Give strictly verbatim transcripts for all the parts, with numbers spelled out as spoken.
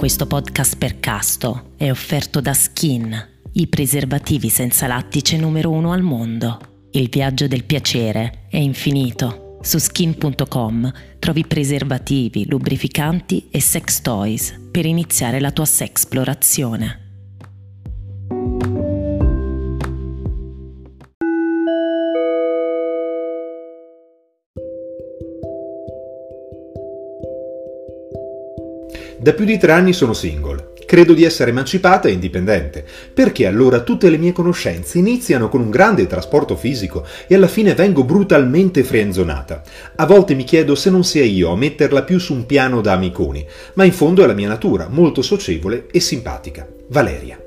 Questo podcast per Casto è offerto da Skin, i preservativi senza lattice numero uno al mondo. Il viaggio del piacere è infinito. Su skin punto com trovi preservativi, lubrificanti e sex toys per iniziare la tua sexplorazione. Da più di tre anni sono single. Credo di essere emancipata e indipendente. Perché allora tutte le mie conoscenze iniziano con un grande trasporto fisico e alla fine vengo brutalmente friendzonata? A volte mi chiedo se non sia io a metterla più su un piano da amiconi, ma in fondo è la mia natura, molto socievole e simpatica. Valeria.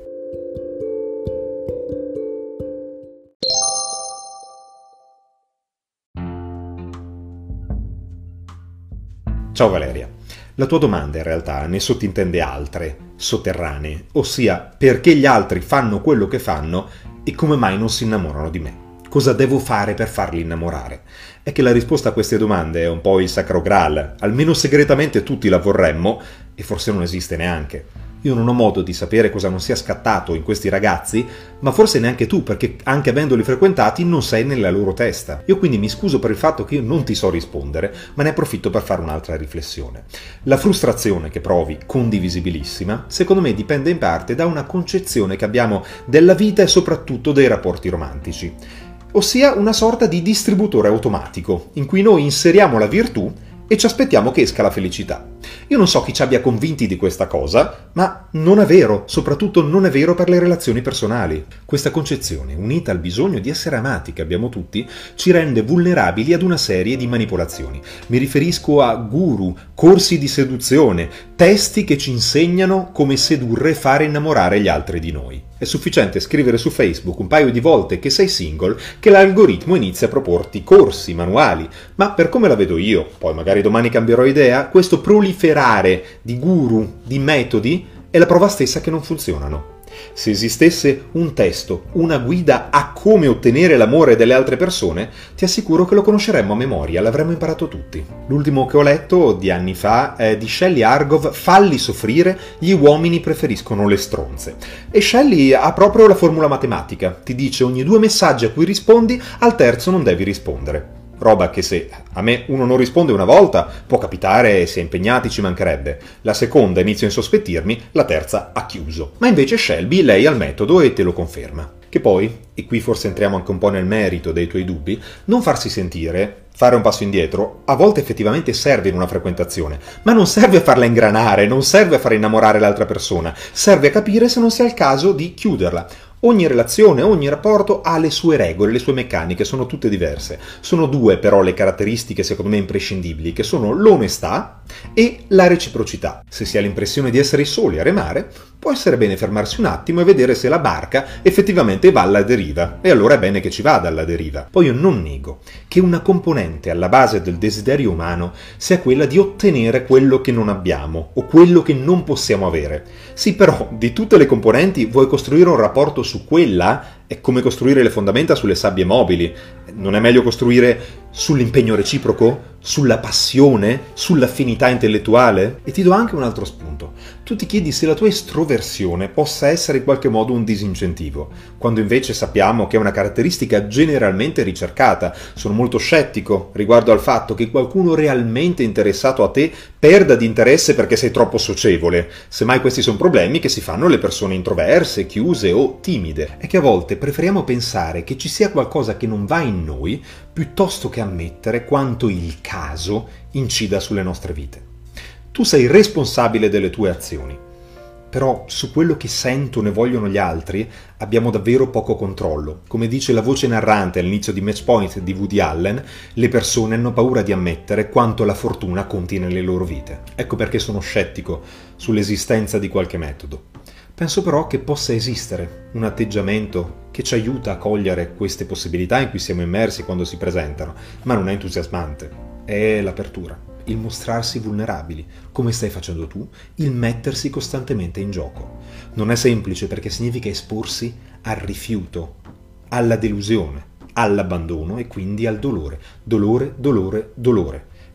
Ciao Valeria. La tua domanda in realtà ne sottintende altre, sotterranee, ossia perché gli altri fanno quello che fanno e come mai non si innamorano di me. Cosa devo fare per farli innamorare? È che la risposta a queste domande è un po' il sacro graal, almeno segretamente tutti la vorremmo e forse non esiste neanche. Io non ho modo di sapere cosa non sia scattato in questi ragazzi, ma forse neanche tu, perché anche avendoli frequentati non sei nella loro testa. Io quindi mi scuso per il fatto che io non ti so rispondere, ma ne approfitto per fare un'altra riflessione. La frustrazione che provi, condivisibilissima, secondo me dipende in parte da una concezione che abbiamo della vita e soprattutto dei rapporti romantici, ossia una sorta di distributore automatico, in cui noi inseriamo la virtù e ci aspettiamo che esca la felicità. Io non so chi ci abbia convinti di questa cosa, ma non è vero, soprattutto non è vero per le relazioni personali. Questa concezione, unita al bisogno di essere amati che abbiamo tutti, ci rende vulnerabili ad una serie di manipolazioni. Mi riferisco a guru, corsi di seduzione, testi che ci insegnano come sedurre e fare innamorare gli altri di noi. È sufficiente scrivere su Facebook un paio di volte che sei single che l'algoritmo inizia a proporti corsi, manuali, ma per come la vedo io, poi magari domani cambierò idea, questo proliferare di guru, di metodi, è la prova stessa che non funzionano. Se esistesse un testo, una guida a come ottenere l'amore delle altre persone, ti assicuro che lo conosceremmo a memoria, l'avremmo imparato tutti. L'ultimo che ho letto di anni fa è di Shelley Argov, Falli soffrire, gli uomini preferiscono le stronze. E Shelley ha proprio la formula matematica, ti dice ogni due messaggi a cui rispondi, al terzo non devi rispondere. Roba che se a me uno non risponde una volta, può capitare, si è impegnati, ci mancherebbe. La seconda inizio a insospettirmi, la terza ha chiuso. Ma invece Shelby, lei ha il metodo e te lo conferma. Che poi, e qui forse entriamo anche un po' nel merito dei tuoi dubbi, non farsi sentire, fare un passo indietro, a volte effettivamente serve in una frequentazione, ma non serve a farla ingranare, non serve a far innamorare l'altra persona, serve a capire se non sia il caso di chiuderla. Ogni relazione, ogni rapporto ha le sue regole, le sue meccaniche, sono tutte diverse. Sono due però le caratteristiche secondo me imprescindibili, che sono l'onestà e la reciprocità. Se si ha l'impressione di essere soli a remare, può essere bene fermarsi un attimo e vedere se la barca effettivamente va alla deriva, e allora è bene che ci vada alla deriva. Poi io non nego che una componente alla base del desiderio umano sia quella di ottenere quello che non abbiamo o quello che non possiamo avere. Sì, però di tutte le componenti vuoi costruire un rapporto su quella? È come costruire le fondamenta sulle sabbie mobili. Non è meglio costruire sull'impegno reciproco? Sulla passione? Sull'affinità intellettuale? E ti do anche un altro spunto. Tu ti chiedi se la tua estroversione possa essere in qualche modo un disincentivo, quando invece sappiamo che è una caratteristica generalmente ricercata. Sono molto scettico riguardo al fatto che qualcuno realmente interessato a te perda di interesse perché sei troppo socievole. Semmai questi sono problemi che si fanno alle persone introverse, chiuse o timide. È che a volte preferiamo pensare che ci sia qualcosa che non va in noi piuttosto che ammettere quanto il caso incida sulle nostre vite. Tu sei responsabile delle tue azioni, però su quello che sentono e vogliono gli altri abbiamo davvero poco controllo. Come dice la voce narrante all'inizio di Match Point di Woody Allen, le persone hanno paura di ammettere quanto la fortuna conti nelle loro vite. Ecco perché sono scettico sull'esistenza di qualche metodo. Penso però che possa esistere un atteggiamento che ci aiuta a cogliere queste possibilità in cui siamo immersi quando si presentano, ma non è entusiasmante. È l'apertura, il mostrarsi vulnerabili, come stai facendo tu, il mettersi costantemente in gioco. Non è semplice perché significa esporsi al rifiuto, alla delusione, all'abbandono e quindi al dolore. Dolore, dolore, dolore.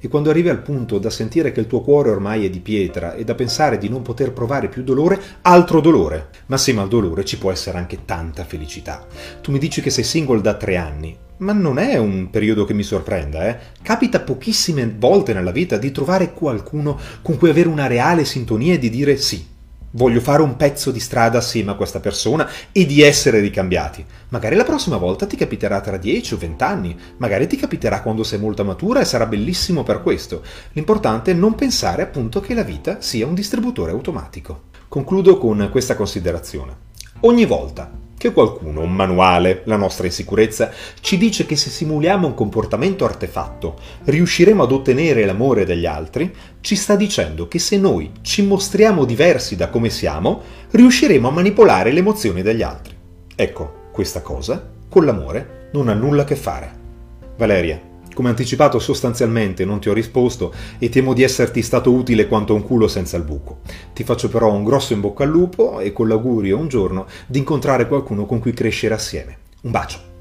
E quando arrivi al punto da sentire che il tuo cuore ormai è di pietra e da pensare di non poter provare più dolore, altro dolore. Ma assieme al dolore ci può essere anche tanta felicità. Tu mi dici che sei single da tre anni, ma non è un periodo che mi sorprenda, eh? Capita pochissime volte nella vita di trovare qualcuno con cui avere una reale sintonia e di dire sì. Voglio fare un pezzo di strada assieme a questa persona e di essere ricambiati. Magari la prossima volta ti capiterà tra dieci o venti anni, magari ti capiterà quando sei molto matura e sarà bellissimo per questo. L'importante è non pensare appunto che la vita sia un distributore automatico. Concludo con questa considerazione. Ogni volta che qualcuno, un manuale, la nostra insicurezza, ci dice che se simuliamo un comportamento artefatto riusciremo ad ottenere l'amore degli altri, ci sta dicendo che se noi ci mostriamo diversi da come siamo, riusciremo a manipolare le emozioni degli altri. Ecco, questa cosa con l'amore non ha nulla a che fare. Valeria, come anticipato sostanzialmente non ti ho risposto e temo di esserti stato utile quanto un culo senza il buco. Ti faccio però un grosso in bocca al lupo e con l'augurio un giorno di incontrare qualcuno con cui crescere assieme. Un bacio!